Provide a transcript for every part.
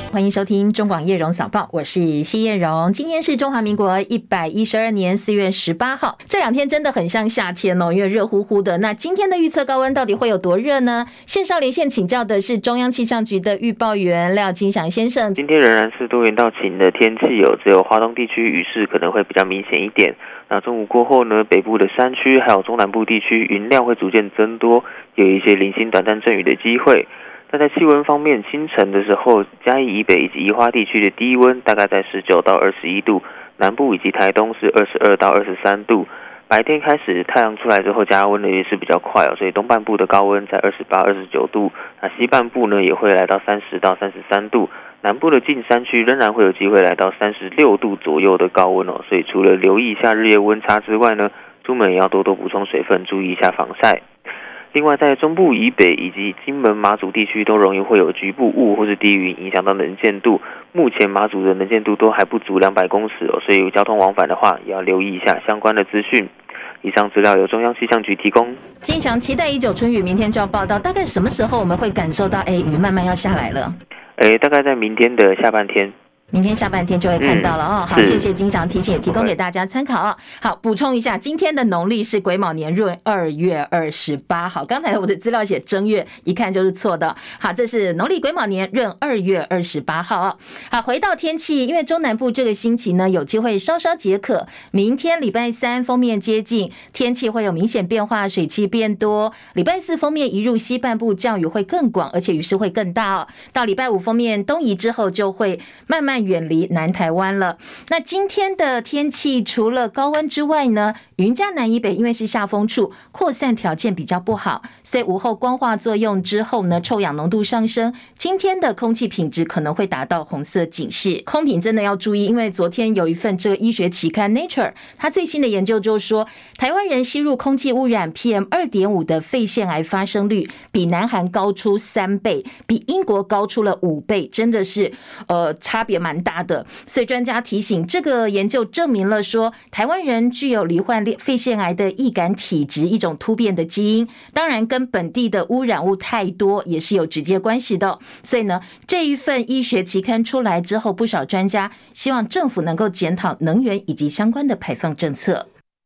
欢迎收听中广叶荣早报，我是谢叶荣。今天是中华民国112年4月18号，这两天真的很像夏天哦，因为热乎乎的。那今天的预测高温到底会有多热呢？线上连线请教的是中央气象局的预报员廖金祥先生。 今天仍然是多云到晴的天气哦，只有华东地区雨势可能会比较明显一点。那中午过后呢，北部的山区还有中南部地区云量会逐渐增多，有一些零星短暂阵雨的机会。那在气温方面，清晨的时候，嘉义以北以及宜花地区的低温大概在19到21度，南部以及台东是22到23度。白天开始太阳出来之后，加温的也是比较快哦，所以东半部的高温在28、29度，那西半部呢也会来到30到33度，南部的近山区仍然会有机会来到36度左右的高温哦，所以除了留意一下日夜温差之外呢，出门也要多多补充水分，注意一下防晒。另外，在中部以北以及金门、马祖地区都容易会有局部雾或是低云影响到能见度。目前马祖的能见度都还不足200公尺哦，所以有交通往返的话，也要留意一下相关的资讯。以上资料由中央气象局提供。 金祥，期待已久春雨明天就要报道，大概什么时候我们会感受到雨慢慢要下来了？ 大概在明天的下半天。 明天下半天就会看到了哦。好，谢谢金祥提醒，也提供给大家参考哦。好，补充一下，今天的农历是癸卯年闰2月28号。刚才我的资料写正月，一看就是错的。好，这是农历癸卯年闰2月28号哦。好，回到天气，因为中南部这个星期呢有机会稍稍解渴，明天礼拜三锋面接近，天气会有明显变化，水汽变多。礼拜四锋面移入西半部，降雨会更广，而且雨势会更大哦。到礼拜五锋面东移之后，就会慢慢远离南台湾了。那今天的天气除了高温之外呢，云嘉南以北因为是下风处，扩散条件比较不好，所以午后光化作用之后呢，臭氧浓度上升，今天的空气品质可能会达到红色警示。空品真的要注意，因为昨天有一份这个医学期刊 Nature 它最新的研究就是说，台湾人吸入空气污染 PM2.5 的肺腺癌发生率比南韩高出3倍，比英国高出了5倍，真的是差别蛮大的。所以专家提醒，这个研究证明了说，台湾人具有罹患肺腺癌的易感体质，一种突变的基因，当然跟本地的污染物太多也是有直接关系的。所以呢，这一份医学期刊出来之后，不少专家希望政府能够检讨能源以及相关的排放政策。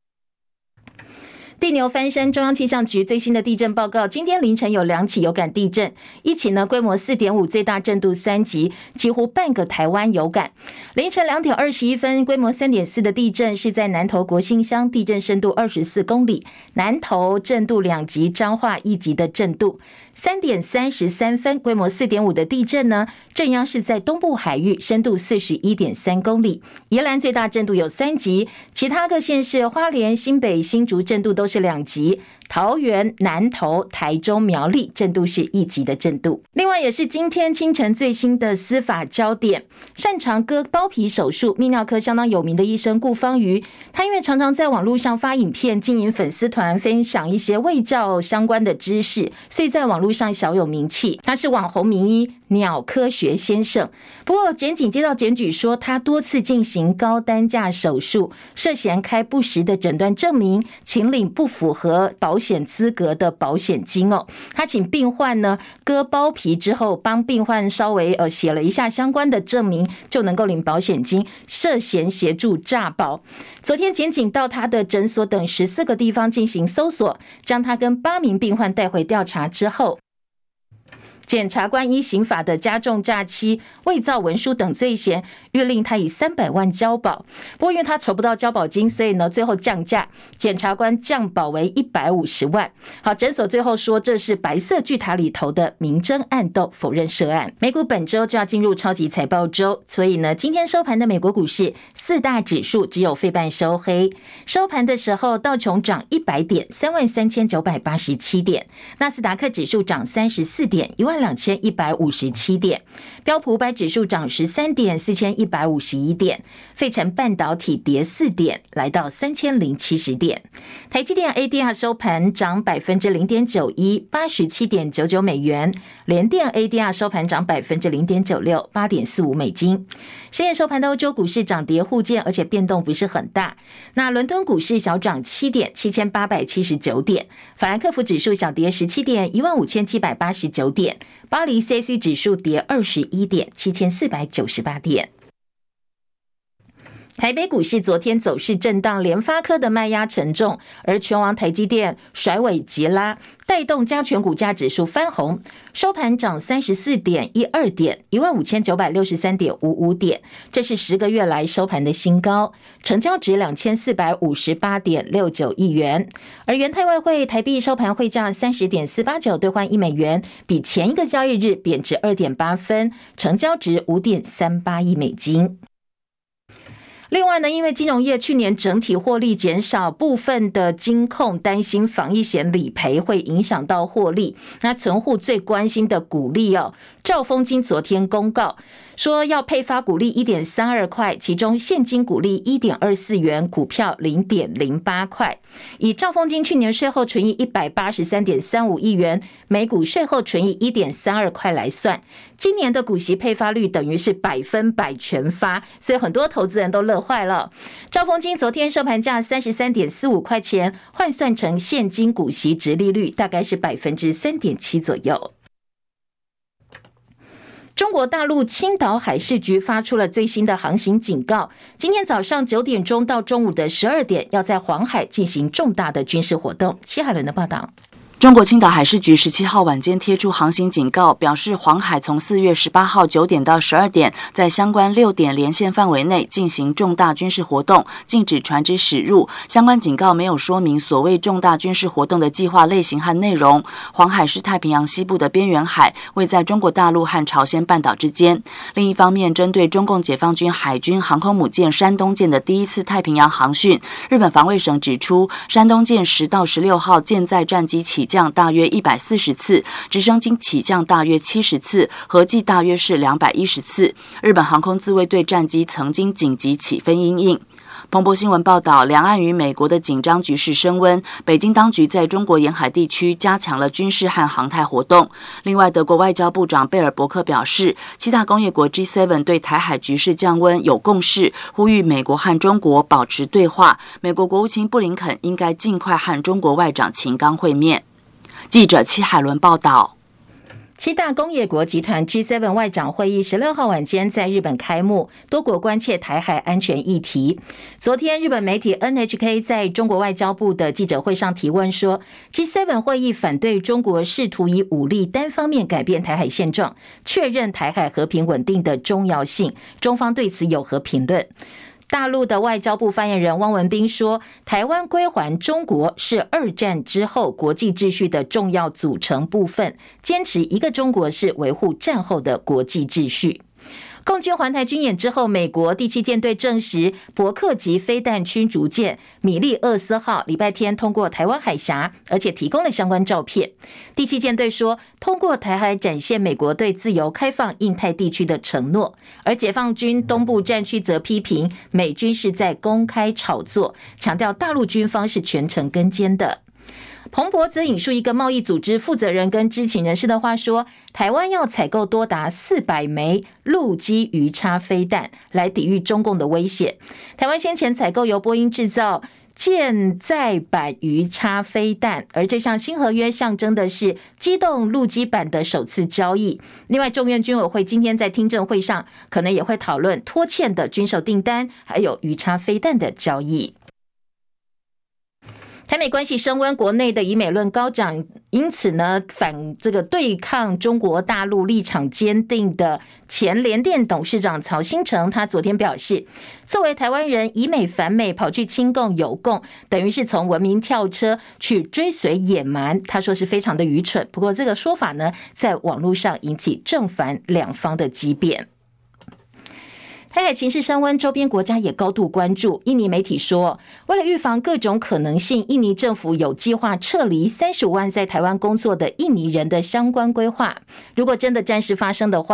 地牛翻身，中央气象局最新的地震报告，今天凌晨有2起有感地震，一起呢规模 4.5， 最大震度3级，几乎半个台湾有感。凌晨2点21分，规模 3.4 的地震是在南投国兴乡，地震深度24公里，南投震度2级，彰化1级的震度。3点33分，规模 4.5 的地震呢，震央是在东部海域，深度 41.3 公里。宜兰最大震度有3级，其他各县市花莲、新北、新竹震度都是2级，桃园、南投、台中、苗栗震度是1级的震度。另外也是今天清晨最新的司法焦点，擅长割包皮手术，泌尿科相当有名的医生顾芳瑜，他因为常常在网络上发影片，经营粉丝团，分享一些卫教相关的知识，所以在网络上小有名气。他是网红名医鸟科学先生，不过检警接到检举说，他多次进行高单价手术，涉嫌开不实的诊断证明，请领不符合保险资格的保险金哦。他请病患呢割包皮之后，帮病患稍微写了一下相关的证明，就能够领保险金，涉嫌协助诈保。昨天检警到他的诊所等14个地方进行搜索，将他跟8名病患带回调查之后，检察官依刑法的加重诈欺、伪造文书等罪嫌，约令他以300万交保。不过因为他筹不到交保金，所以呢最后降价，检察官降保为150万。好，诊所最后说这是白色巨塔里头的明争暗斗，否认涉案。美股本周就要进入超级财报周，所以呢今天收盘的美国股市4大指数只有费半收黑。收盘的时候，道琼涨100点，33987点；纳斯达克指数涨34点，12157点；标普500指数涨13点，4151点；费城半导体跌4点，来到3070点；台积电 ADR 收盘涨 0.91%， 87.99美元；联电 ADR 收盘涨 0.96%， 8.45美金。深夜收盘的欧洲股市涨跌互见，而且变动不是很大。那伦敦股市小涨7点，7879点；法兰克福指数小跌17点，15789点； 巴黎 CAC 指数跌21点，7498点。台北股市昨天走势震荡，联发科的卖压沉重，而全网台积电甩尾急拉，带动加权股价指数翻红，收盘涨34.12点，15963.55点，这是10个月来收盘的新高，成交值2458.69亿元。而元泰外汇台币收盘汇价30.489兑换1美元，比前一个交易日贬值2.8分，成交值5.38亿美金。另外呢，因为金融业去年整体获利减少，部分的金控担心防疫险理赔会影响到获利。那存户最关心的股利兆丰金昨天公告说要配发股利 1.32 块，其中现金股利 1.24 元，股票 0.08 块。以兆丰金去年税后纯益 183.35 亿元，每股税后纯益 1.32 块来算，今年的股息配发率等于是100%全发，所以很多投资人都乐坏了。兆丰金昨天收盘价 33.45 块钱，换算成现金股息殖利率大概是 3.7% 左右。中国大陆青岛海事局发出了最新的航行警告，今天早上9点钟到中午的12点，要在黄海进行重大的军事活动。戚海伦的报道。 中国青岛海事局17号晚间贴出航行警告，表示黄海从4月18号9点到12点，在相关6点连线范围内进行重大军事活动，禁止船只驶入。相关警告没有说明所谓重大军事活动的计划类型和内容。黄海是太平洋西部的边缘海，位在中国大陆和朝鲜半岛之间。另一方面，针对中共解放军海军航空母舰山东舰的第一次太平洋航训，日本防卫省指出，山东舰10到16号舰载战机起降大约140次，直升机起降大约70次，合计大约是210次。日本航空自卫队战机曾经紧急起飞因应。彭博新闻报道，两岸与美国的紧张局势升温，北京当局在中国沿海地区加强了军事和航太活动。另外，德国外交部长贝尔伯克表示，7大工业国 G7 对台海局势降温有共识，呼吁美国和中国保持对话。美国国务卿布林肯应该尽快和中国外长秦刚会面。记者戚海伦报道。 7大工业国集团 G7 外长会议16号晚间在日本开幕，多国关切台海安全议题。昨天，日本媒体 NHK 在中国外交部的记者会上提问说， G7 会议反对中国试图以武力单方面改变台海现状，确认台海和平稳定的重要性，中方对此有何评论？大陆的外交部发言人汪文斌说，台湾归还中国是2战之后国际秩序的重要组成部分，坚持一个中国是维护战后的国际秩序。共军环台军演之后，美国第7舰队证实伯克级飞弹驱逐舰米利厄斯号礼拜天通过台湾海峡，而且提供了相关照片。第7舰队说，通过台海展现美国对自由开放印太地区的承诺，而解放军东部战区则批评美军是在公开炒作，强调大陆军方是全程跟监的。彭博则引述一个贸易组织负责人跟知情人士的话说，台湾要采购多达400枚陆基鱼叉飞弹来抵御中共的威胁。台湾先前采购由波音制造舰载版鱼叉飞弹，而这项新合约象征的是机动陆基版的首次交易。另外，众院军委会今天在听证会上可能也会讨论拖欠的军售订单，还有鱼叉飞弹的交易。台美关系升温，国内的以美论高涨，因此呢，反这个对抗中国大陆立场坚定的前联电董事长曹兴诚，他昨天表示，作为台湾人以美反美，跑去亲共友共，等于是从文明跳车去追随野蛮，他说是非常的愚蠢。不过这个说法呢，在网络上引起正反两方的激辩。台海情势升温，周边国家也高度关注。印尼媒体说，为了预防各种可能性，印尼政府有计划撤离35万在台湾工作的印尼人的相关规划。如果真的战事发生的话，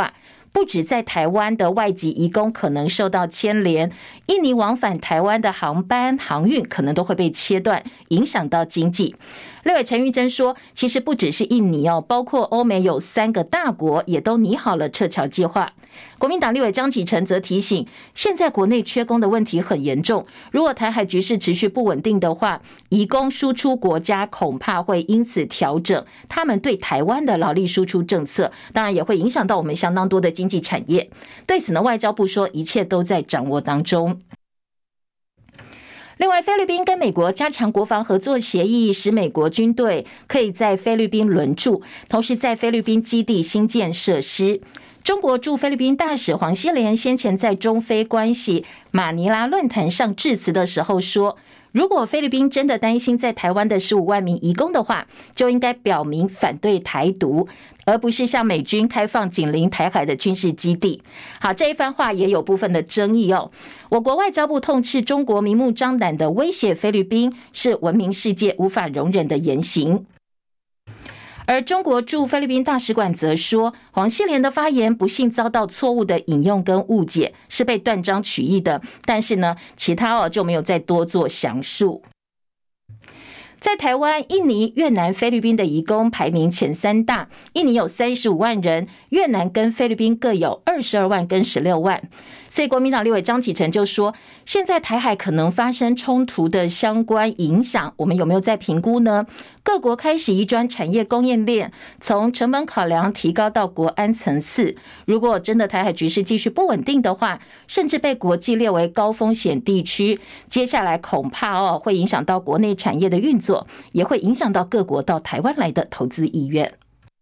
不止在台湾的外籍移工可能受到牵连，印尼往返台湾的航班航运可能都会被切断，影响到经济。立委陈玉珍说，其实不只是印尼包括欧美有3个大国也都拟好了撤侨计划。国民党立委张启臣则提醒，现在国内缺工的问题很严重，如果台海局势持续不稳定的话，移工输出国家恐怕会因此调整他们对台湾的劳力输出政策，当然也会影响到我们相当多的经济产业。对此呢，外交部说一切都在掌握当中。另外，菲律宾跟美国加强国防合作协议，使美国军队可以在菲律宾轮驻，同时在菲律宾基地新建设施。中国驻菲律宾大使黄希连先前在中菲关系马尼拉论坛上致辞的时候说，如果菲律宾真的担心在台湾的15万名移工的话，就应该表明反对台独，而不是向美军开放紧邻台海的军事基地。好，这一番话也有部分的争议我国外交部痛斥中国明目张胆的威胁菲律宾，是文明世界无法容忍的言行。而中国驻菲律宾大使馆则说，黄希连的发言不幸遭到错误的引用跟误解，是被断章取义的，但是呢，其他就没有再多做详述。在台湾、印尼、越南、菲律宾的移工排名前3大，印尼有35万人，越南跟菲律宾各有22万跟16万。所以国民党立委张启臣就说，现在台海可能发生冲突的相关影响，我们有没有在评估呢？各国开始移转产业供应链，从成本考量提高到国安层次。如果真的台海局势继续不稳定的话，甚至被国际列为高风险地区，接下来恐怕会影响到国内产业的运作，也会影响到各国到台湾来的投资意愿。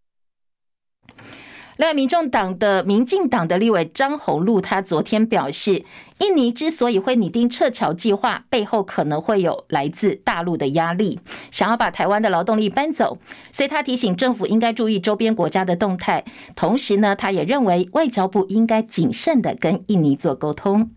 另外，民进党的立委张宏陆他昨天表示，印尼之所以会拟定撤侨计划，背后可能会有来自大陆的压力，想要把台湾的劳动力搬走，所以他提醒政府应该注意周边国家的动态。同时呢，他也认为外交部应该谨慎的跟印尼做沟通。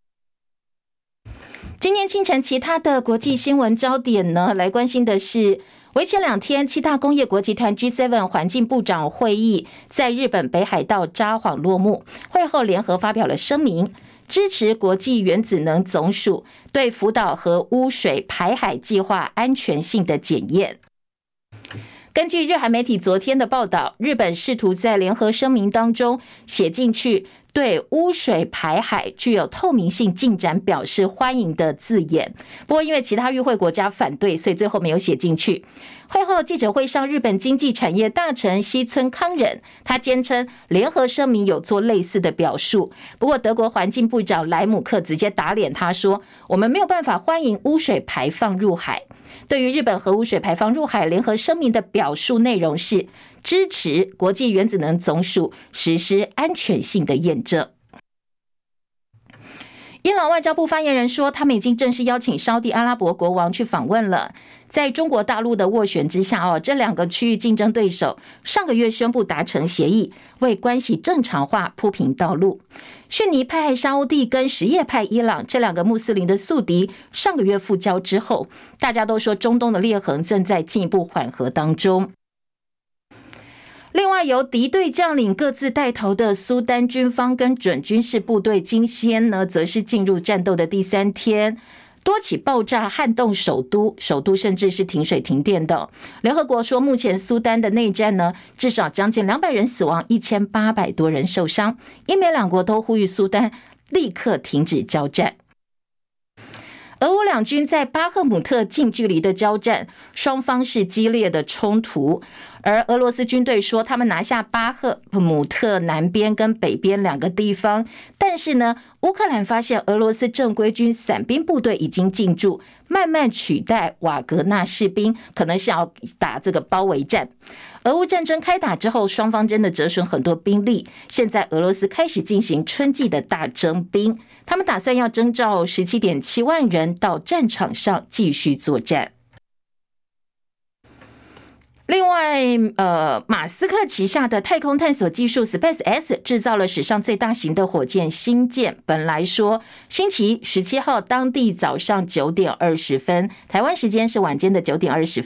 今天清晨其他的国际新闻焦点呢，来关心的是为期2天7大工业国集团 G7 环境部长会议在日本北海道札幌落幕，会后联合发表了声明，支持国际原子能总署对福岛核污水排海计划安全性的检验。根据日韩媒体昨天的报道，日本试图在联合声明当中写进去对污水排海具有透明性进展表示欢迎的字眼，不过因为其他与会国家反对，所以最后没有写进去。会后记者会上，日本经济产业大臣西村康稔他坚称联合声明有做类似的表述，不过德国环境部长莱姆克直接打脸他说，我们没有办法欢迎污水排放入海。对于日本核污水排放入海，联合声明的表述内容是支持国际原子能总署实施安全性的验证。伊朗外交部发言人说，他们已经正式邀请沙地阿拉伯国王去访问了。在中国大陆的斡旋之下，这2个区域竞争对手上个月宣布达成协议，为关系正常化铺平道路。逊尼派沙烏地跟什叶派伊朗这2个穆斯林的宿敌上个月复交之后，大家都说中东的裂痕正在进一步缓和当中。另外，由敌对将领各自带头的苏丹军方跟准军事部队今天呢，则是进入战斗的第3天，多起爆炸撼动首都甚至是停水停电的。联合国说，目前苏丹的内战呢，至少将近200人死亡，1800多人受伤。英美2国都呼吁苏丹立刻停止交战。俄乌两军在巴赫姆特近距离的交战，双方是激烈的冲突。而俄罗斯军队说，他们拿下巴赫姆特南边跟北边2个地方，但是呢，乌克兰发现俄罗斯正规军伞兵部队已经进驻，慢慢取代瓦格纳士兵，可能是要打这个包围战。俄乌战争开打之后，双方真的折损很多兵力，现在俄罗斯开始进行春季的大征兵，他们打算要征召 17.7 万人到战场上继续作战。另外，马斯克旗下的太空探索技术 SpaceX 制造了史上最大型的火箭星舰。本来说星期17号当地早上9点20分，台湾时间是晚间的9点20分，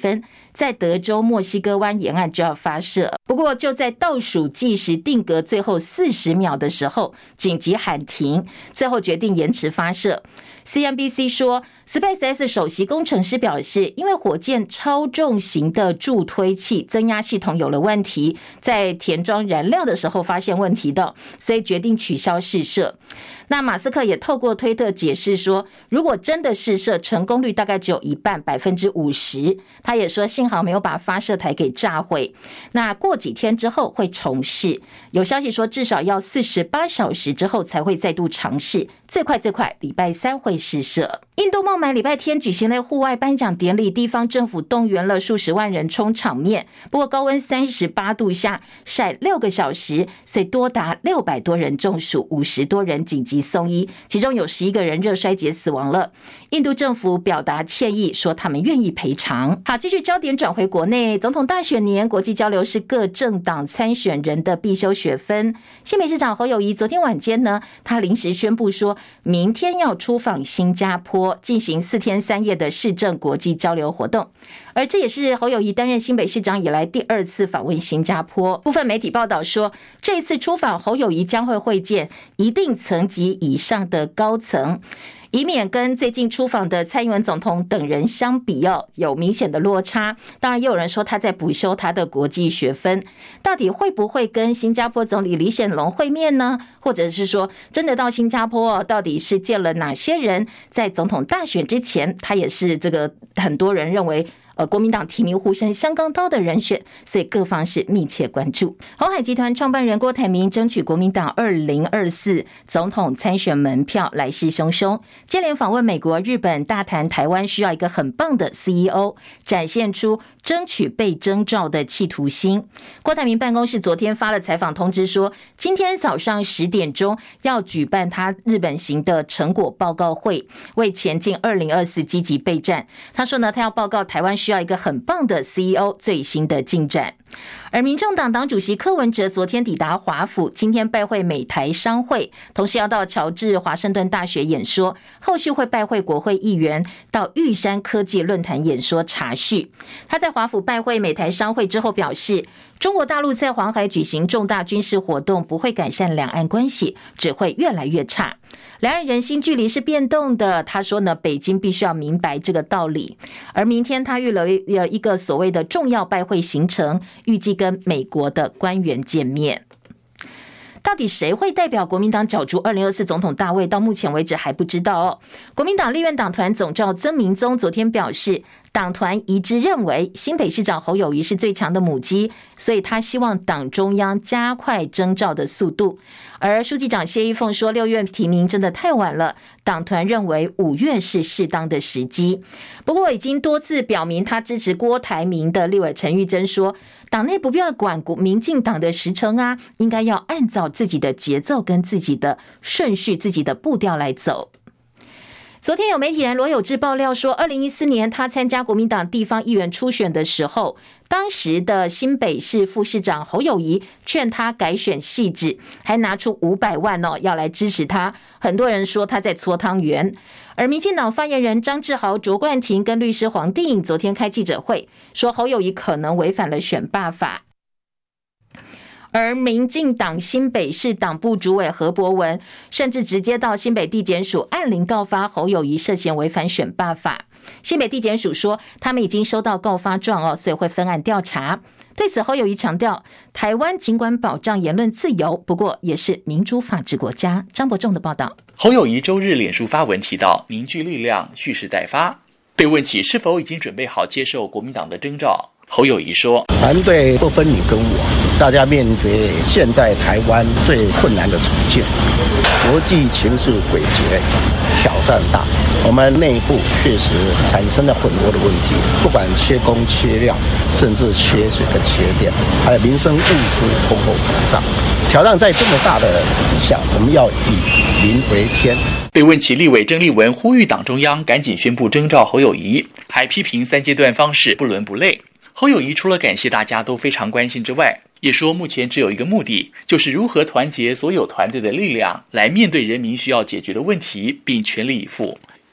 在德州墨西哥湾沿岸就要发射。不过就在倒数计时定格最后40秒的时候，紧急喊停，最后决定延迟发射。CNBC 说 SpaceX 首席工程师表示，因为火箭超重型的助推器增压系统有了问题，在填装燃料的时候发现问题的，所以决定取消试射。那马斯克也透过推特解释说，如果真的试射，成功率大概只有一半，50%。他也说幸好没有把发射台给炸毁，那过几天之后会重试，有消息说至少要48小时之后才会再度尝试，最快礼拜3会试射。印度孟买礼拜天举行了户外颁奖典礼，地方政府动员了数十万人冲场面，不过高温38度下晒6个小时，所以多达600多人中暑，50多人紧急送医，其中有11个人热衰竭死亡了。印度政府表达歉意，说他们愿意赔偿。好，继续焦点转回国内，总统大选年国际交流是各政党参选人的必修学分。新北市长侯友宜昨天晚间呢，他临时宣布说明天要出访新加坡，进行4天3夜的市政国际交流活动。而这也是侯友宜担任新北市长以来第2次访问新加坡。部分媒体报道说，这一次出访侯友宜将会会见一定层级以上的高层，以免跟最近出访的蔡英文总统等人相比有明显的落差。当然也有人说他在补修他的国际学分，到底会不会跟新加坡总理李显龙会面呢？或者是说真的到新加坡到底是见了哪些人？在总统大选之前，他也是这个很多人认为国民党提名呼声相当高的人选，所以各方是密切关注。鸿海集团创办人郭台铭争取国民党2024总统参选门票来势汹汹，接连访问美国、日本，大谈台湾需要一个很棒的 CEO， 展现出争取被征召的企图心。郭台铭办公室昨天发了采访通知说，今天早上10点钟要举办他日本行的成果报告会，为前进2024积极备战。他说呢，他要报告台湾需要一个很棒的 CEO 最新的进展。而民众党党主席柯文哲昨天抵达华府，今天拜会美台商会，同时要到乔治华盛顿大学演说，后续会拜会国会议员，到玉山科技论坛演说茶叙。他在华府拜会美台商会之后表示，中国大陆在黄海举行重大军事活动不会改善两岸关系，只会越来越差。两岸人心距离是变动的，他说呢，北京必须要明白这个道理。而明天他预了一个所谓的重要拜会行程，预计跟美国的官员见面。到底谁会代表国民党角逐2024总统大位，到目前为止还不知道哦。国民党立院党团总召曾明宗昨天表示，党团一致认为新北市长侯友宜是最强的母鸡，所以他希望党中央加快征召的速度。而书记长谢依凤说，6月提名真的太晚了，党团认为5月是适当的时机。不过已经多次表明他支持郭台铭的立委陈玉珍说，党内不必要管民进党的时程啊，应该要按照自己的节奏跟自己的顺序、自己的步调来走。昨天有媒体人罗有志爆料说，2014年他参加国民党地方议员初选的时候，当时的新北市副市长侯友宜劝他改选汐止，还拿出500万要来支持他。很多人说他在搓汤圆。而民进党发言人张志豪、卓冠廷跟律师黄定颖昨天开记者会，说侯友宜可能违反了选罢法。而民进党新北市党部主委何博文甚至直接到新北地检署按铃告发侯友宜涉嫌违反选罢法。新北地检署说，他们已经收到告发状所以会分案调查。对此，侯友宜强调，台湾尽管保障言论自由，不过也是民主法治国家。张伯仲的报道。 侯友宜周日脸书发文提到，凝聚力量，蓄势待发。被问起是否已经准备好接受国民党的征召，侯友宜说， 团队不分你跟我，大家面对现在台湾最困难的处境，国际情势诡谲，挑战大，我们内部确实产生了很多的问题，不管缺工缺料，甚至缺水跟缺电，还有民生物资通货膨胀，挑战在这么大的底下，我们要以民为天。 被问起立委郑丽文呼吁党中央赶紧宣布征召侯友宜，还批评3阶段方式不伦不类。侯友宜除了感谢大家都非常关心之外，也说目前只有一个目的，就是如何团结所有团队的力量，来面对人民需要解决的问题，并全力以赴。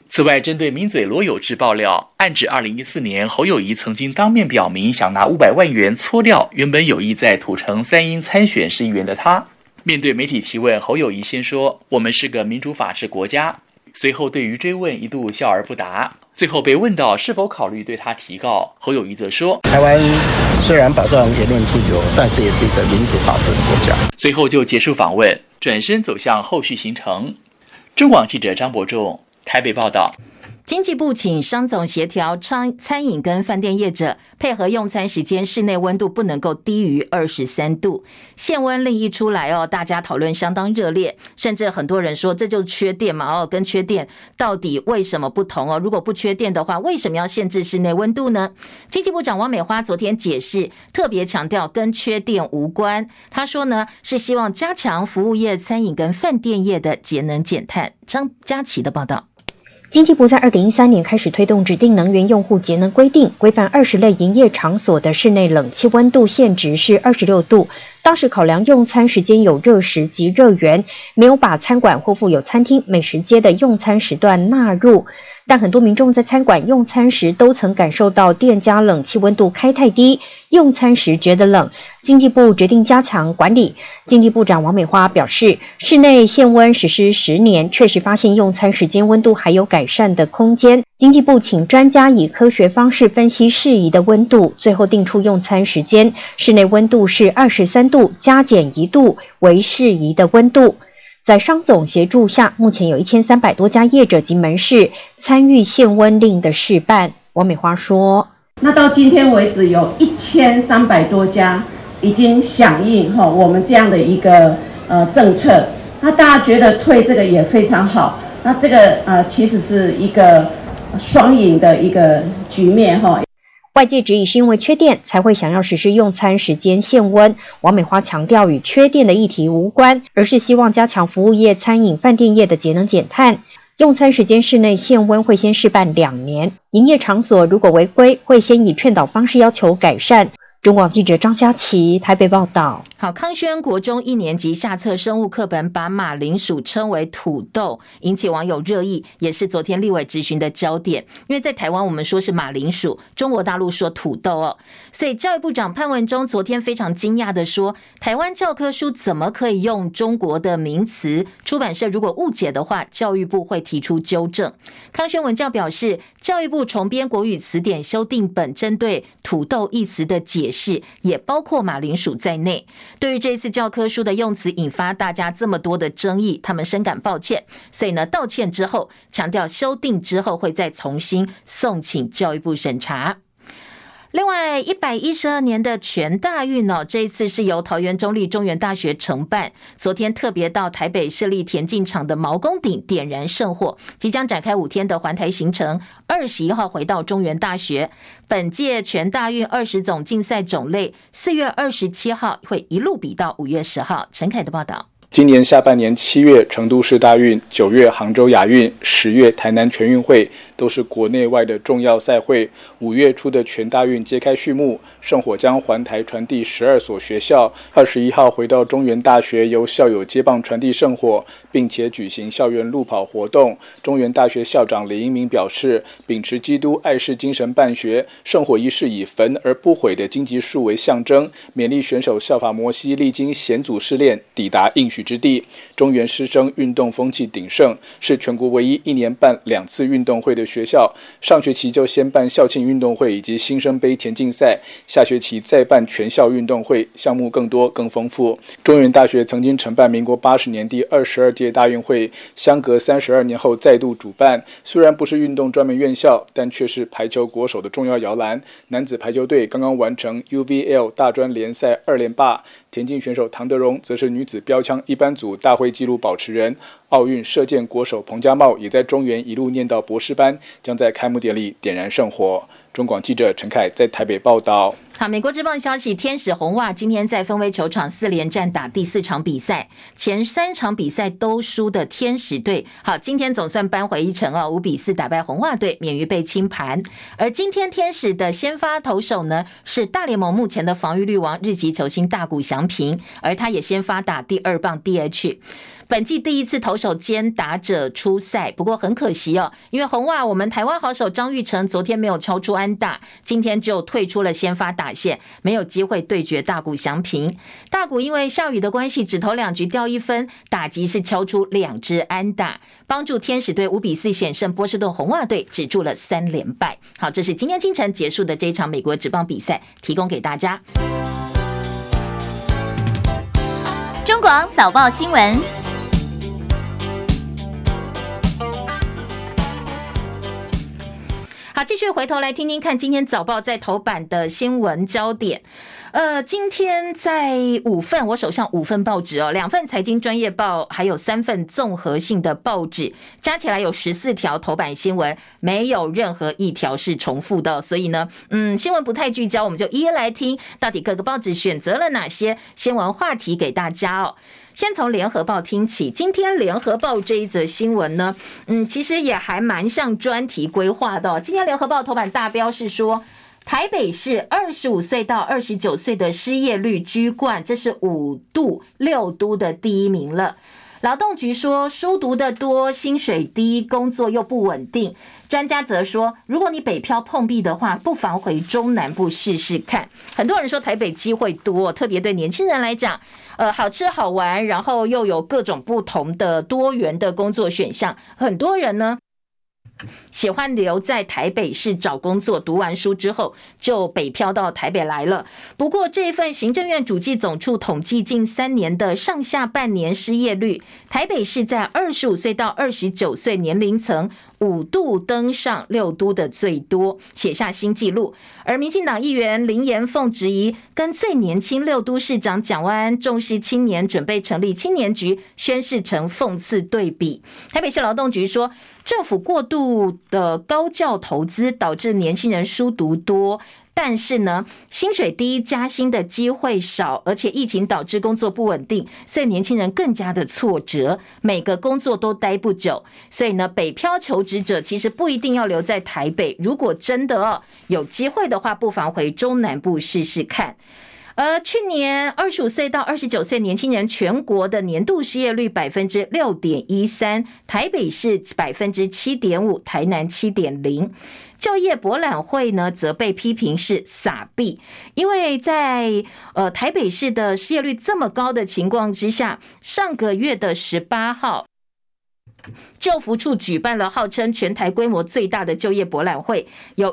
此外，针对名嘴罗有志爆料，暗指2014年侯友宜曾经当面表明想拿500万元搓掉原本有意在土城3英参选市议员的他。面对媒体提问，侯友宜先说：“我们是个民主法治国家。”随后对于追问一度笑而不答。最后被问到是否考虑对他提告，侯友宜则说：“ 台湾虽然保障言论自由，但是也是一个民主法治的国家。” 随后就结束访问，转身走向后续行程。中广记者张伯仲台北报道。 经济部请商总协调餐饮跟饭店业者配合用餐时间，室内温度不能够低于23度。限温令一出来大家讨论相当热烈，甚至很多人说这就缺电嘛跟缺电到底为什么不同如果不缺电的话，为什么要限制室内温度呢？经济部长王美花昨天解释，特别强调跟缺电无关。他说呢，是希望加强服务业、餐饮跟饭店业的节能减碳。张佳琪的报道。 经济部在2013年开始推动指定能源用户节能规定，规范20类营业场所的室内冷气温度限值是26度。当时考量用餐时间有热食及热源，没有把餐馆或附有餐厅、美食街的用餐时段纳入。但很多民众在餐馆用餐时都曾感受到店家冷气温度开太低，用餐时觉得冷。经济部决定加强管理。经济部长王美花表示，室内限温实施10年，确实发现用餐时间温度还有改善的空间。经济部请专家以科学方式分析适宜的温度，最后定出用餐时间，室内温度是23度，加减1度为适宜的温度。在商总协助下，目前有1300多家业者及门市参与限温令的试办。王美花说， 那到今天为止有1300多家已经响应我们这样的一个政策，那大家觉得推这个也非常好，那这个其实是一个双赢的一个局面外界质疑是因为缺电才会想要实施用餐时间限温。王美花强调，与缺电的议题无关，而是希望加强服务业、餐饮、饭店业的节能减碳。用餐时间室内限温会先试办2年，营业场所如果违规，会先以劝导方式要求改善。中广记者张佳琪台北报道。 好，康轩国中1年级下册生物课本把马铃薯称为土豆，引起网友热议，也是昨天立委质询的焦点。因为在台湾我们说是马铃薯，中国大陆说土豆所以教育部长潘文忠昨天非常惊讶的说，台湾教科书怎么可以用中国的名词？出版社如果误解的话，教育部会提出纠正。康轩文教表示，教育部重编国语词典修订本，针对土豆一词的解释也包括马铃薯在内。对于这次教科书的用词引发大家这么多的争议，他们深感抱歉。所以呢，道歉之后强调修订之后会再重新送请教育部审查。另外112年的全大运这一次是由桃园中立中原大学承办，昨天特别到台北设立田径场的毛公鼎点燃圣火，即将展开5天的环台行程，21号回到中原大学。本届全大运20种竞赛种类4月27号会一路比到5月10号。陈凯的报道。 今年下半年7月成都市大运、9月杭州亚运、10月台南全运会都是国内外的重要赛会。5月初的全大运揭开序幕，圣火将环台传递12所学校。21号回到中原大学，由校友接棒传递圣火，并且举行校园路跑活动。中原大学校长李英明表示，秉持基督爱世精神办学，圣火仪式以焚而不毁的荆棘树为象征，勉励选手效法摩西，历经险阻试炼，抵达应许之地。中原师生运动风气鼎盛，是全国唯一1年办2次运动会的学校。上学期就先办校庆运动会以及新生杯田径赛，下学期再办全校运动会，项目更多更丰富。中原大学曾经承办民国80年第22届大运会，相隔32年后再度主办。虽然不是运动专门院校，但却是排球国手的重要摇篮。男子排球队刚刚完成 UVL 大专联赛2连霸，田径选手唐德荣则是女子标枪一般组大会纪录保持人。奥运射箭国手彭家茂也在中原一路念到博士班，将在开幕典礼点燃圣火。中广记者陈凯在台北报道。 好，美国职棒消息，天使红袜今天在芬威球场4连战打第4场比赛，前3场比赛都输的天使队，好，今天总算扳回一城哦，5-4打败红袜队，免于被清盘。而今天天使的先发投手呢，是大联盟目前的防御率王日籍球星大谷翔平，而他也先发打第2棒 DH。本季第一次投手兼打者出赛，不过很可惜哦，因为红袜我们台湾好手张育成昨天没有超出安打，今天就退出了先发打线，没有机会对决大谷翔平。大谷因为下雨的关系，只投2局掉1分，打击是敲出2支安打，帮助天使队5-4险胜波士顿红袜队，止住了3连败。好，这是今天清晨结束的这一场美国职棒比赛，提供给大家。 中广早报新闻。 好，继续回头来听听看今天早报在头版的新闻焦点。今天在5份，我手上5份报纸哦，2份财经专业报，还有3份综合性的报纸，加起来有14条头版新闻，没有任何一条是重复的，所以呢，新闻不太聚焦，我们就一一来听，到底各个报纸选择了哪些新闻话题给大家哦。先从联合报听起，今天联合报这一则新闻呢，其实也还蛮像专题规划的哦。今天联合报头版大标是说，台北市25岁到29岁的失业率居冠，这是5都6都的第1名了。劳动局说，书读的多，薪水低，工作又不稳定。专家则说，如果你北漂碰壁的话，不妨回中南部试试看。很多人说台北机会多，特别对年轻人来讲，好吃好玩，然后又有各种不同的多元的工作选项。很多人呢喜欢留在台北市找工作，读完书之后就北漂到台北来了。不过这份行政院主计总处统计近3年的上下半年失业率，台北市在25岁到29岁年龄层5度登上6都的最多，写下新纪录。而民进党议员林延凤质疑，跟最年轻6都市长蒋万安重视青年，准备成立青年局，宣示成讽刺对比。台北市劳动局说，政府过度的高教投资导致年轻人书读多，但是呢，薪水低，加薪的机会少，而且疫情导致工作不稳定，所以年轻人更加的挫折，每个工作都待不久。所以呢，北漂求职者其实不一定要留在台北，如果真的有机会的话，不妨回中南部试试看。去年25岁到29岁年轻人全国的年度失业率 6.13%， 台北市 7.5%， 台南 7.0%。就业博览会呢，则被批评是撒币，因为在台北市的失业率这么高的情况之下，上个月的18号，就服处举办了号称全台规模最大的就业博览会，有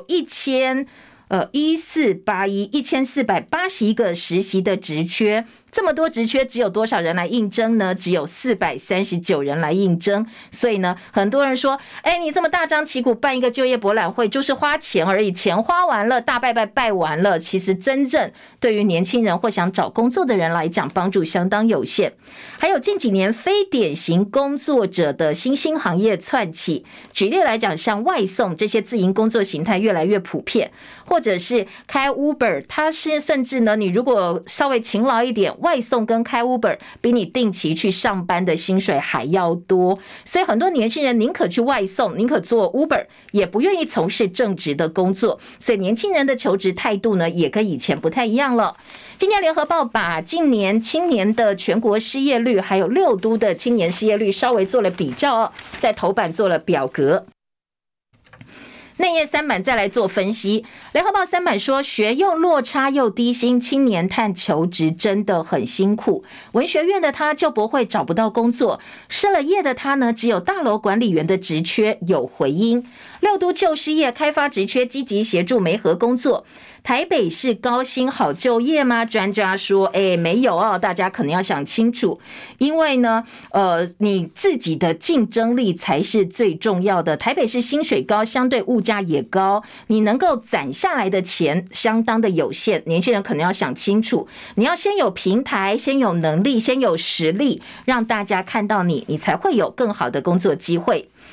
1481个实习的职缺。这么多职缺，只有多少人来应征呢？只有439人来应征。所以呢，很多人说，你这么大张旗鼓办一个就业博览会，就是花钱而已，钱花完了，大拜拜完了，其实真正对于年轻人或想找工作的人来讲，帮助相当有限。还有近几年非典型工作者的新兴行业窜起，举例来讲，像外送这些自营工作形态越来越普遍，或者是开 Uber， 它是甚至呢，你如果稍微勤劳一点，外送跟开 Uber 比你定期去上班的薪水还要多，所以很多年轻人宁可去外送，宁可做 Uber， 也不愿意从事正职的工作，所以年轻人的求职态度呢，也跟以前不太一样了。今天联合报把近年青年的全国失业率还有6都的青年失业率稍微做了比较，在头版做了表格。内页3版再来做分析。联合报3版说，学用落差又低薪，青年探求职真的很辛苦。文学院的他就不会找不到工作，失了业的他呢，只有大楼管理员的职缺有回音。6都就失业开发职缺，积极协助媒合工作。台北市高薪好就业吗？专家说，没有哦，大家可能要想清楚，因为呢，你自己的竞争力才是最重要的。台北市薪水高，相对物价也高，你能够攒下来的钱相当的有限。年轻人可能要想清楚，你要先有平台，先有能力，先有实力，让大家看到你，你才会有更好的工作机会。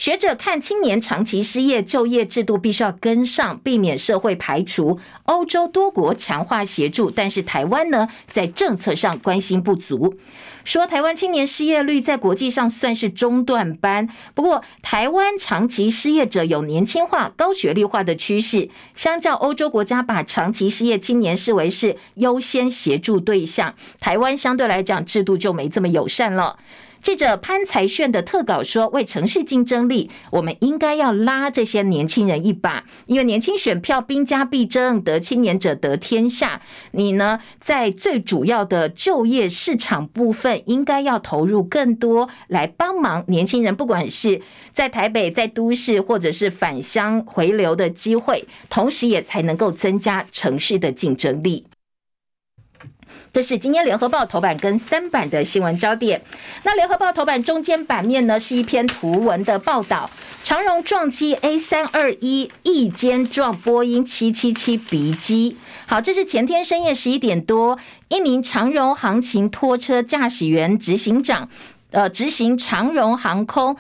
学者看青年长期失业就业制度必须要跟上，避免社会排除。欧洲多国强化协助，但是台湾呢，在政策上关心不足。说台湾青年失业率在国际上算是中段班，不过台湾长期失业者有年轻化、高学历化的趋势，相较欧洲国家把长期失业青年视为是优先协助对象，台湾相对来讲制度就没这么友善了。记者潘才炫的特稿说，为城市竞争力，我们应该要拉这些年轻人一把，因为年轻选票兵家必争，得青年者得天下。你呢，在最主要的就业市场部分，应该要投入更多来帮忙年轻人，不管是在台北、在都市，或者是返乡回流的机会，同时也才能够增加城市的竞争力。这是今天联合报头版跟3版的新闻焦点。那联合报头版中间版面呢，是一篇图文的报道，长荣撞击 A321 翼尖撞波音777鼻机。好，这是前天深夜11点多，一名长荣航勤拖车驾驶员执行长执行长荣航空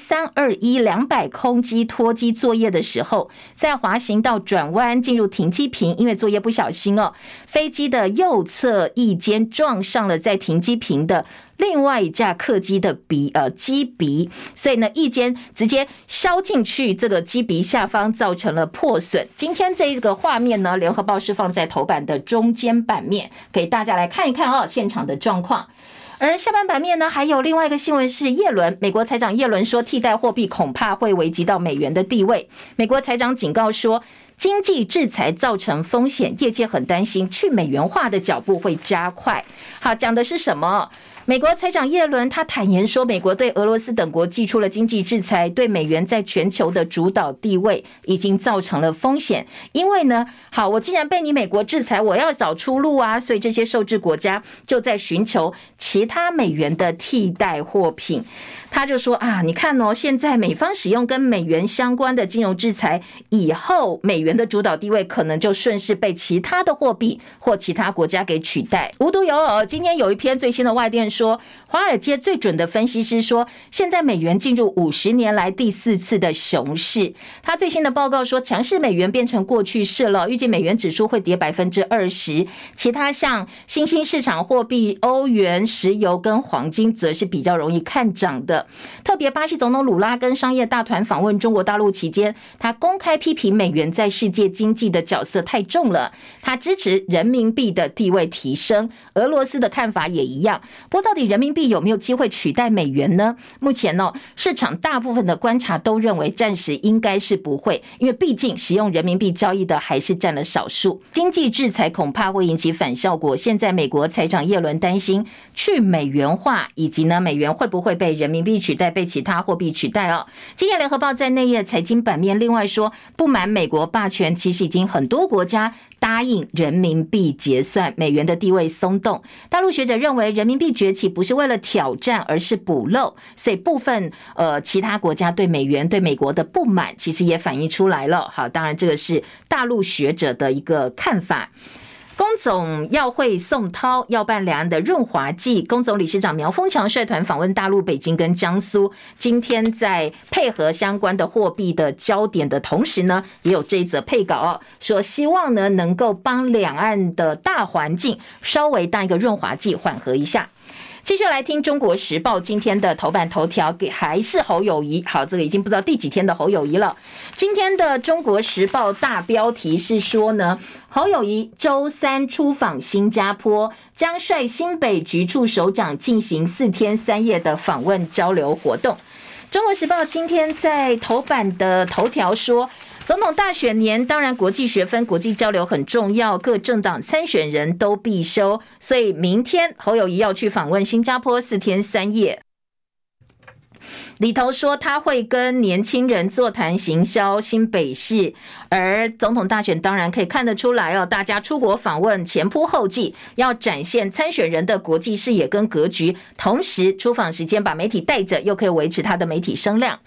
A321 200空机拖机作业的时候，在滑行道转弯进入停机坪，因为作业不小心飞机的右侧翼尖撞上了在停机坪的另外一架客机的机鼻，所以呢，翼尖直接削进去这个机鼻下方，造成了破损。今天这个画面呢，联合报是放在头版的中间版面，给大家来看一看现场的状况。而下半版面呢，还有另外一个新闻是耶伦，美国财长耶伦说，替代货币恐怕会危及到美元的地位。美国财长警告说，经济制裁造成风险，业界很担心去美元化的脚步会加快。好，讲的是什么？美国财长耶伦他坦言说，美国对俄罗斯等国祭出了经济制裁，对美元在全球的主导地位已经造成了风险。因为呢，好，我既然被你美国制裁，我要找出路啊，所以这些受制国家就在寻求其他美元的替代货品。他就说你看现在美方使用跟美元相关的金融制裁，以后美元的主导地位可能就顺势被其他的货币或其他国家给取代。无独有偶，今天有一篇最新的外电说，华尔街最准的分析师说，现在美元进入50年来第4次的熊市。他最新的报告说，强势美元变成过去式了，预计美元指数会跌 20%， 其他像新兴市场货币欧元、石油跟黄金则是比较容易看涨的。特别巴西总统鲁拉跟商业大团访问中国大陆期间，他公开批评美元在世界经济的角色太重了，他支持人民币的地位提升。俄罗斯的看法也一样。不过到底人民币有没有机会取代美元呢？目前市场大部分的观察都认为暂时应该是不会，因为毕竟使用人民币交易的还是占了少数。经济制裁恐怕会引起反效果。现在美国财长耶伦担心去美元化，以及呢美元会不会被人民币取代，被其他货币取代今天联合报在内页财经版面另外说，不满美国霸权，其实已经很多国家答应人民币结算，美元的地位松动。大陆学者认为，人民币崛起不是为了挑战，而是补漏，所以部分其他国家对美元、对美国的不满，其实也反映出来了。好，当然这个是大陆学者的一个看法。工总要会宋涛要办两岸的润滑剂，工总理事长苗丰强率团访问大陆、北京跟江苏。今天在配合相关的货币的焦点的同时呢，也有这一则配稿说希望呢能够帮两岸的大环境稍微当一个润滑剂，缓和一下。继续来听中国时报今天的头版头条，还是侯友宜。好，这个已经不知道第几天的侯友宜了。今天的中国时报大标题是说呢，侯友宜周3出访新加坡，将率新北局处首长进行4天3夜的访问交流活动。中国时报今天在头版的头条说，总统大选年，当然国际学分、国际交流很重要，各政党参选人都必修，所以明天侯友宜要去访问新加坡4天3夜。里头说他会跟年轻人座谈行销新北市，而总统大选当然可以看得出来大家出国访问前仆后继，要展现参选人的国际视野跟格局，同时出访时间把媒体带着，又可以维持他的媒体声量。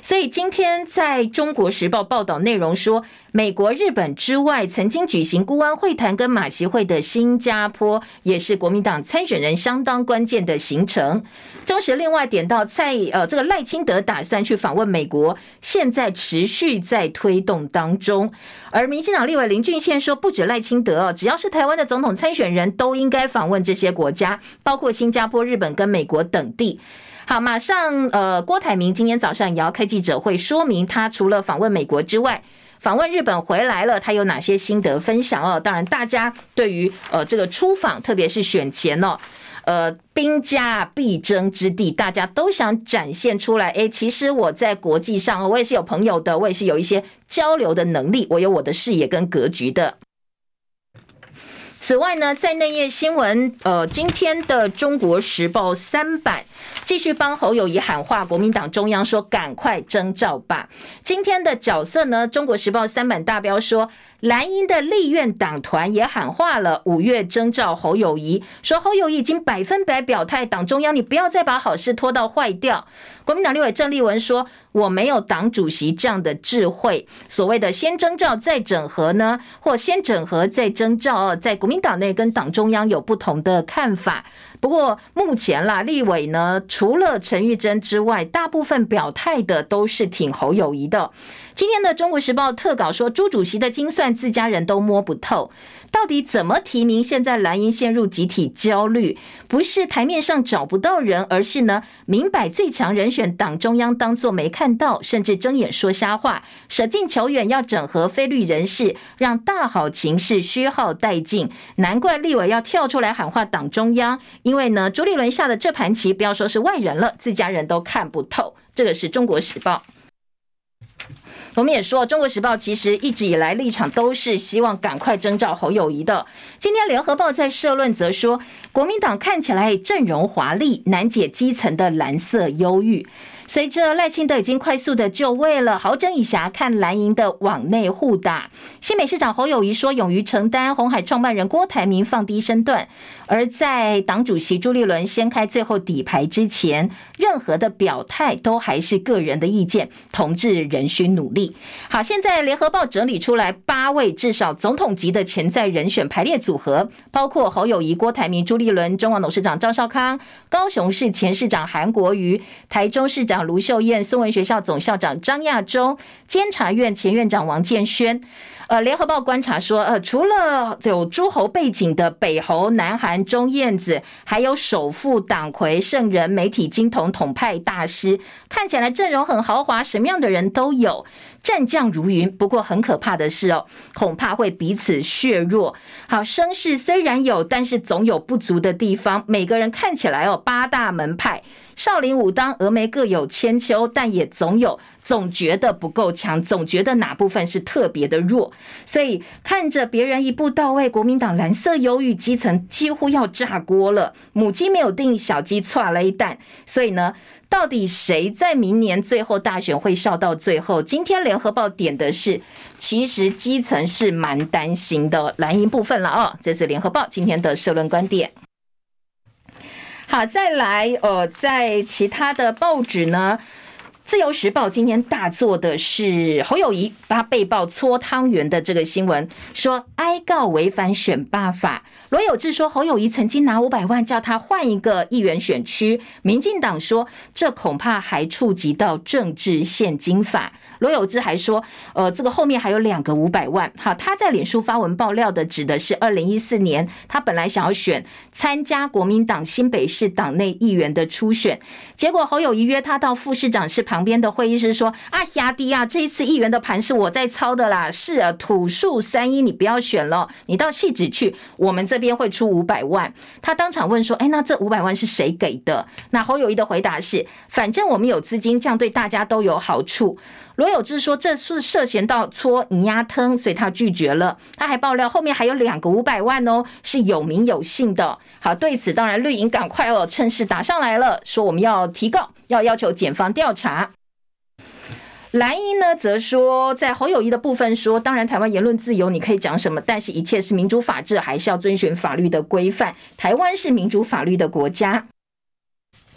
所以今天在中国时报报道内容说，美国、日本之外，曾经举行孤湾会谈跟马习会的新加坡，也是国民党参选人相当关键的行程。中时另外点到这个赖清德打算去访问美国，现在持续在推动当中。而民进党立委林俊宪说，不止赖清德，只要是台湾的总统参选人都应该访问这些国家，包括新加坡、日本跟美国等地。好，马上郭台铭今天早上也要开记者会，说明他除了访问美国之外，访问日本回来了，他有哪些心得分享哦？当然，大家对于这个出访，特别是选前哦，兵家必争之地，大家都想展现出来。其实我在国际上，我也是有朋友的，我也是有一些交流的能力，我有我的视野跟格局的。此外呢，在内页新闻，今天的《中国时报》3版继续帮侯友宜喊话，国民党中央说赶快征召吧。今天的角色呢，《中国时报》3版大标说，蓝营的立院党团也喊话了，5月征召侯友宜，说侯友宜已经100%表态，党中央你不要再把好事拖到坏掉。国民党立委郑丽文说，我没有党主席这样的智慧，所谓的先征召再整合呢，或先整合再征召，在国民党内跟党中央有不同的看法。不过目前啦，立委呢，除了陈玉珍之外，大部分表态的都是挺侯友宜的。今天的《中国时报》特稿说，朱主席的精算自家人都摸不透，到底怎么提名？现在蓝营陷入集体焦虑，不是台面上找不到人，而是呢，明摆最强人选党中央当作没看到，甚至睁眼说瞎话，舍近求远，要整合非绿人士，让大好情势虚耗殆尽。难怪立委要跳出来喊话党中央，因为呢，朱立伦下的这盘棋，不要说是外人了，自家人都看不透。这个是《中国时报》。我们也说，《中国时报》其实一直以来立场都是希望赶快征召侯友宜的。今天《联合报》在社论则说，国民党看起来阵容华丽，难解基层的蓝色忧郁。随着赖清德已经快速的就位了，好整以暇，看蓝营的往内互打。新北市长侯友宜说勇于承担，鸿海创办人郭台铭放低身段。而在党主席朱立伦掀开最后底牌之前，任何的表态都还是个人的意见，同志仍需努力。好，现在联合报整理出来8位至少总统级的潜在人选排列组合，包括侯友宜、郭台铭、朱立伦、中网董事长赵少康、高雄市前市长韩国瑜、台中市长卢秀燕、孙文学校总校长张亚中、监察院前院长王建煊。联合报观察说，除了有诸侯背景的北侯、南韩、钟燕子，还有首富、党魁、圣人、媒体金童、统派大师，看起来阵容很豪华，什么样的人都有，战将如云。不过很可怕的是恐怕会彼此削弱。好，声势虽然有，但是总有不足的地方。每个人看起来8大门派，少林武当、峨眉各有千秋，但也总觉得不够强，总觉得哪部分是特别的弱。所以看着别人一步到位，国民党蓝色忧郁，基层几乎要炸锅了。母鸡没有定，小鸡踹了一蛋。所以呢，到底谁在明年最后大选会笑到最后？今天联合报点的是，其实基层是蛮担心的蓝营部分了这是联合报今天的社论观点。好，再来在其他的报纸呢，自由时报今天大做的是侯友宜他被曝搓汤圆的这个新闻，说哀告违反选罢法。罗友志说侯友宜曾经拿500万叫他换一个议员选区，民进党说这恐怕还触及到政治现金法。罗友志还说这个后面还有2个500万。好，他在脸书发文爆料的指的是2014年他本来想要参加国民党新北市党内议员的初选，结果侯友宜约他到副市长室旁边的会议室说亚弟这一次议员的盘是我在操的啦，是土树3一你不要选了，你到汐止去，我们这边会出500万。他当场问说那这500万是谁给的？那侯友宜的回答是反正我们有资金，这样对大家都有好处。罗友志说这是涉嫌到搓泥鸭汤，所以他拒绝了。他还爆料后面还有2个500万是有名有姓的。好，对此当然绿营赶快趁势打上来了，说我们要提告，要求检方调查。蓝营呢则说，在侯友宜的部分说，当然台湾言论自由你可以讲什么，但是一切是民主法治，还是要遵循法律的规范。台湾是民主法律的国家。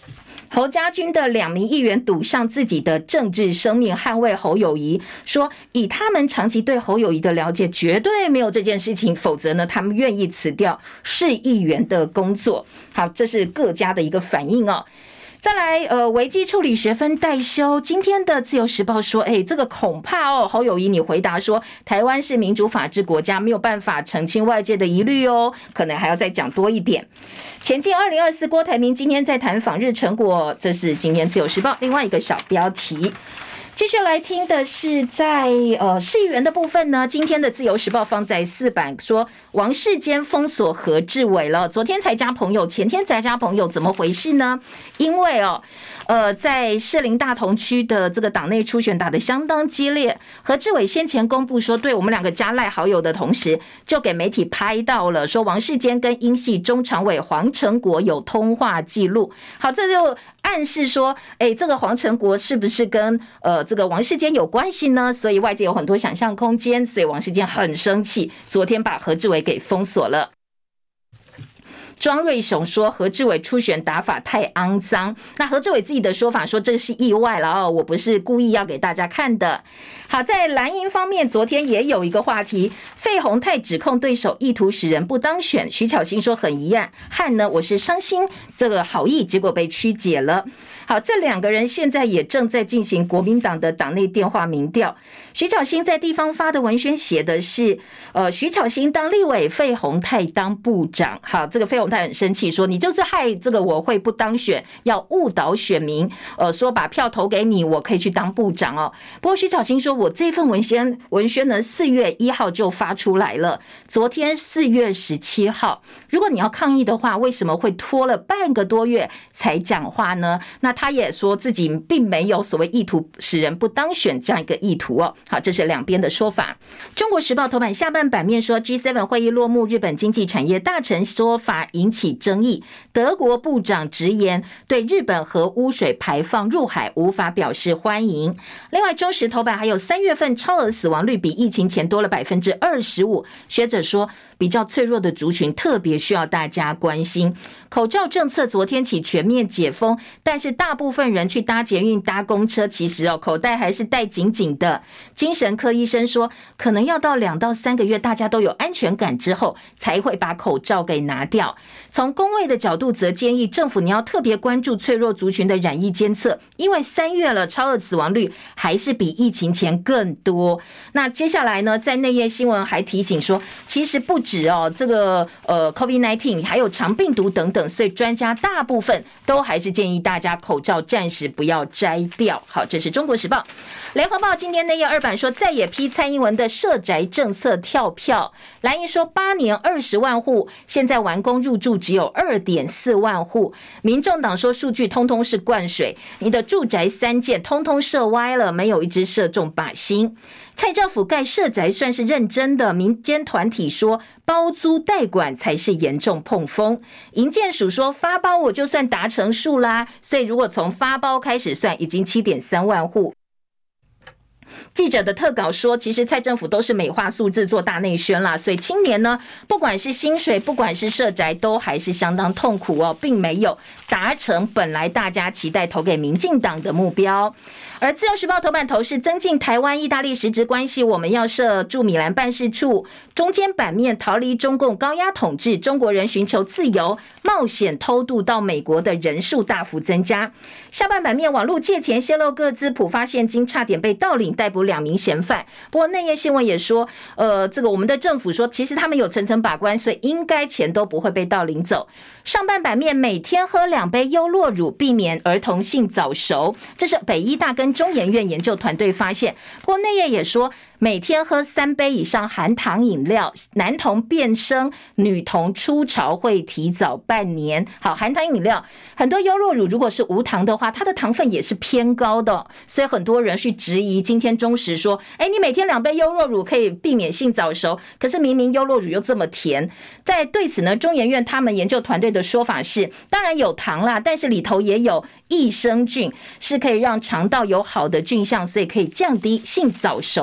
侯家军的2名议员赌上自己的政治生命捍卫侯友宜，说以他们长期对侯友宜的了解，绝对没有这件事情，否则呢，他们愿意辞掉市议员的工作。好，这是各家的一个反应哦。再来，危机处理学分代修。今天的自由时报说，这个恐怕哦，侯友宜你回答说，台湾是民主法治国家，没有办法澄清外界的疑虑哦，可能还要再讲多一点。前进2024，郭台铭今天在谈访日成果，这是今天自由时报另外一个小标题。继续来听的是在市议员的部分呢，今天的自由时报放在4版说王世坚封锁何志伟了，昨天才加朋友，前天才加朋友，怎么回事呢？因为在士林大同区的这个党内初选打得相当激烈，何志伟先前公布说对我们2个加赖好友的同时，就给媒体拍到了说王世坚跟英系中常委黄成国有通话记录。好，这就暗示说这个黄成国是不是跟这个王世坚有关系呢？所以外界有很多想象空间，所以王世坚很生气，昨天把何志伟给封锁了。庄瑞雄说何志伟初选打法太肮脏，那何志伟自己的说法说这是意外了哦，我不是故意要给大家看的。好，在蓝营方面，昨天也有一个话题，费鸿泰指控对手意图使人不当选，徐巧芯说很遗憾，汉呢我是伤心这个好意，结果被曲解了。好，这2个人现在也正在进行国民党的党内电话民调。徐巧芯在地方发的文宣写的是徐巧芯当立委，费鸿泰当部长。好，这个费鸿泰很生气，说你就是害这个我会不当选，要误导选民，说把票投给你，我可以去当部长哦。不过徐巧芯说，我这份文宣呢4月1号就发出来了，昨天4月17号，如果你要抗议的话，为什么会拖了半个多月才讲话呢？那他也说自己并没有所谓意图使人不当选这样一个意图哦。好，这是2边的说法。中国时报头版下半版面说 G7 会议落幕，日本经济产业大臣说法引起争议，德国部长直言对日本核污水排放入海无法表示欢迎。另外中时头版还有3月份超额死亡率比疫情前多了 25%， 学者说比较脆弱的族群特别需要大家关心。口罩政策昨天起全面解封，但是大部分人去搭捷运搭公车，其实口袋还是带紧紧的。精神科医生说可能要到2到3个月大家都有安全感之后才会把口罩给拿掉。从公卫的角度则建议政府你要特别关注脆弱族群的染疫监测，因为3月了超额死亡率还是比疫情前更多。那接下来呢，在内页新闻还提醒说其实不止这个COVID-19 还有肠病毒等等，所以专家大部分都还是建议大家口罩暂时不要摘掉。好，这是中国时报。联合报今天内页2版说再也批蔡英文的社宅政策跳票，蓝营说8年20万户，现在完工入住只有 2.4 万户。民众党说数据通通是灌水，你的住宅3件通通射歪了，没有一只射中靶心。蔡政府盖社宅算是认真的，民间团体说包租代管才是严重碰风。营建署说发包我就算达成数啦，所以如果从发包开始算，已经 7.3 万户。记者的特稿说，其实蔡政府都是美化数字做大内宣啦，所以青年呢，不管是薪水，不管是社宅，都还是相当痛苦哦，并没有达成本来大家期待投给民进党的目标。而自由时报头版头是增进台湾意大利实质关系，我们要设驻米兰办事处。中间版面逃离中共高压统治，中国人寻求自由，冒险偷渡到美国的人数大幅增加。下半版面网络借钱泄露个资，普发现金差点被盗领，逮捕2名嫌犯。不过内页新闻也说，这个我们的政府说，其实他们有层层把关，所以应该钱都不会被盗领走。上半版面每天喝2杯优酪乳，避免儿童性早熟，这是北医大跟中研院研究团队发现。不过内页也说，每天喝3杯以上含糖饮料，男童变声，女童初潮会提早半年。好，含糖饮料很多优酪乳如果是无糖的话，它的糖分也是偏高的，所以很多人去质疑今天中时说，你每天2杯优酪乳可以避免性早熟，可是明明优酪乳又这么甜。在对此呢，中研院他们研究团队的说法是，当然有糖啦，但是里头也有益生菌，是可以让肠道有好的菌相，所以可以降低性早熟的一个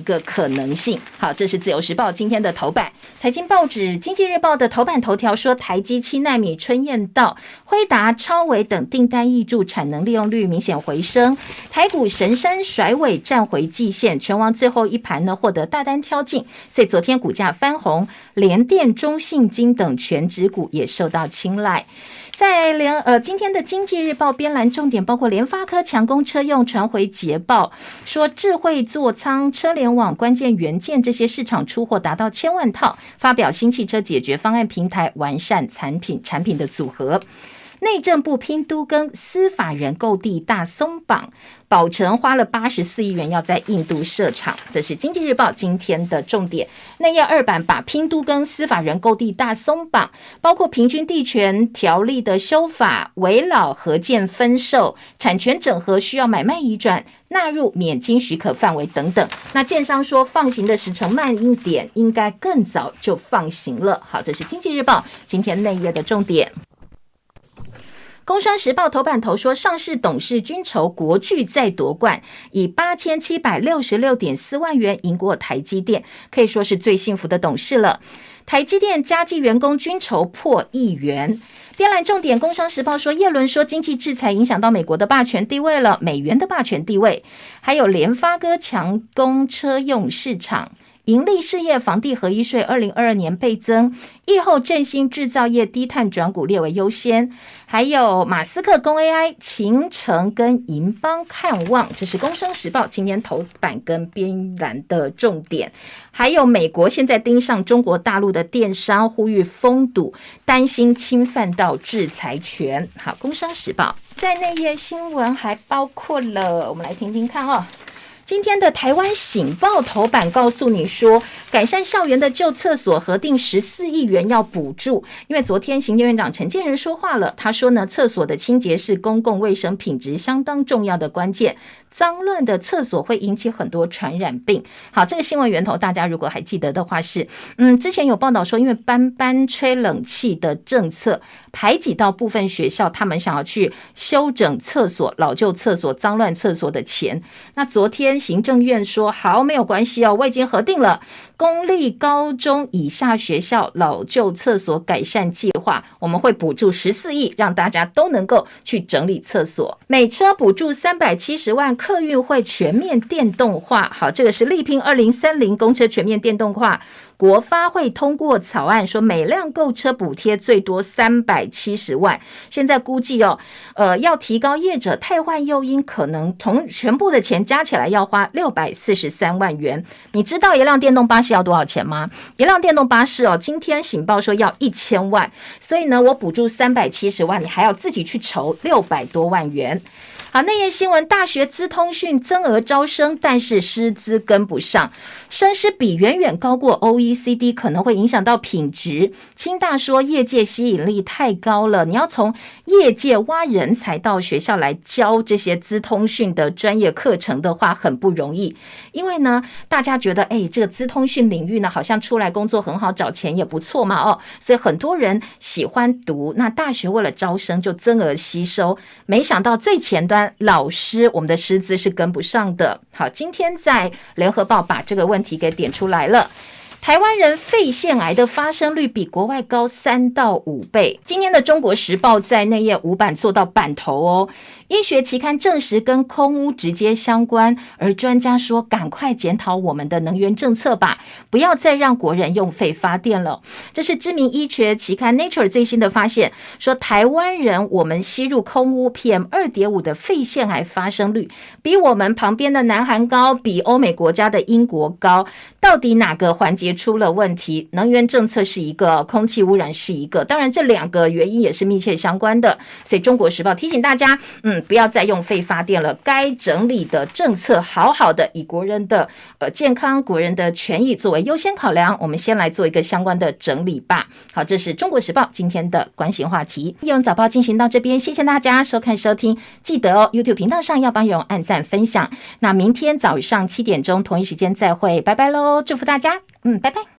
个可能性。好，这是自由时报今天的头版。财经报纸经济日报的头版头条说，台积7奈米春燕到，辉达、超微等订单挹注，产能利用率明显回升。台股神山甩尾站回季线，全网最后一盘呢获得大单挑进，所以昨天股价翻红，联电、中信金等全指股也受到青睐。在今天的经济日报编栏重点包括联发科强攻车用，传回捷报说智慧座舱、车联网、关键元件这些市场出货达到1000万套，发表新汽车解决方案平台，完善产品的组合。内政部拼都更司法人购地大松绑，宝成花了84亿元要在印度设厂，这是经济日报今天的重点。内页二版把拼都更司法人购地大松绑，包括平均地权条例的修法、危老合建分售、产权整合需要买卖移转纳入免经许可范围等等。那建商说放行的时程慢一点，应该更早就放行了。好，这是经济日报今天内页的重点。工商时报头版头说，上市董事均筹国巨再夺冠，以8766.4万元赢过台积电，可以说是最幸福的董事了。台积电加计员工均筹破1亿元。编栏重点，工商时报说，叶伦说经济制裁影响到美国的霸权地位了，美元的霸权地位。还有联发科强攻车用市场。盈利事业房地合一税2022年倍增，疫后振兴制造业低碳转股列为优先。还有马斯克攻 AI， 秦城跟银邦看望，这是工商时报今天头版跟编栏的重点。还有美国现在盯上中国大陆的电商，呼吁封堵，担心侵犯到制裁权。好，工商时报在内页新闻还包括了，我们来听听看哦。今天的台湾醒报头版告诉你说，改善校园的旧厕所核定14亿元要补助，因为昨天行政院长陈建仁说话了，他说呢，厕所的清洁是公共卫生品质相当重要的关键，脏乱的厕所会引起很多传染病。好，这个新闻源头大家如果还记得的话是，之前有报道说，因为班班吹冷气的政策排挤到部分学校，他们想要去修整厕所、老旧厕所、脏乱厕所的钱。那昨天行政院说，好，没有关系哦，我已经核定了公立高中以下学校老旧厕所改善计划，我们会补助14亿，让大家都能够去整理厕所。每车补助370万，客运会全面电动化。好，这个是力拼2030公车全面电动化。国发会通过草案，说每辆购车补贴最多370万。现在估计要提高业者汰换诱因，可能从全部的钱加起来要花643万元。你知道一辆电动巴士要多少钱吗？一辆电动巴士今天醒报说要1000万，所以呢，我补助370万，你还要自己去筹600多万元。好，内页新闻，大学资通讯增额招生，但是师资跟不上，生师比远远高过 OECD， 可能会影响到品质。清大说业界吸引力太高了，你要从业界挖人才到学校来教这些资通讯的专业课程的话，很不容易。因为呢，大家觉得这个资通讯领域呢，好像出来工作很好，找钱也不错嘛，所以很多人喜欢读。那大学为了招生就增额吸收，没想到最前端老师，我们的师资是跟不上的。好，今天在联合报把这个问题给点出来了。台湾人肺腺癌的发生率比国外高3到5倍。今天的中国时报在内页5版做到版头哦。医学期刊证实跟空污直接相关，而专家说赶快检讨我们的能源政策吧，不要再让国人用肺发电了。这是知名医学期刊 Nature 最新的发现，说台湾人我们吸入空污 PM2.5 的肺腺癌发生率比我们旁边的南韩高，比欧美国家的英国高。到底哪个环节出了问题？能源政策是一个，空气污染是一个，当然这两个原因也是密切相关的。所以中国时报提醒大家不要再用肺发电了，该整理的政策好好的以国人的健康、国人的权益作为优先考量，我们先来做一个相关的整理吧。好，这是中国时报今天的关心话题。叶荣早报进行到这边，谢谢大家收看收听，记得YouTube 频道上要帮叶荣按赞分享。那明天早上7点钟同一时间再会，拜拜喽，祝福大家，拜拜。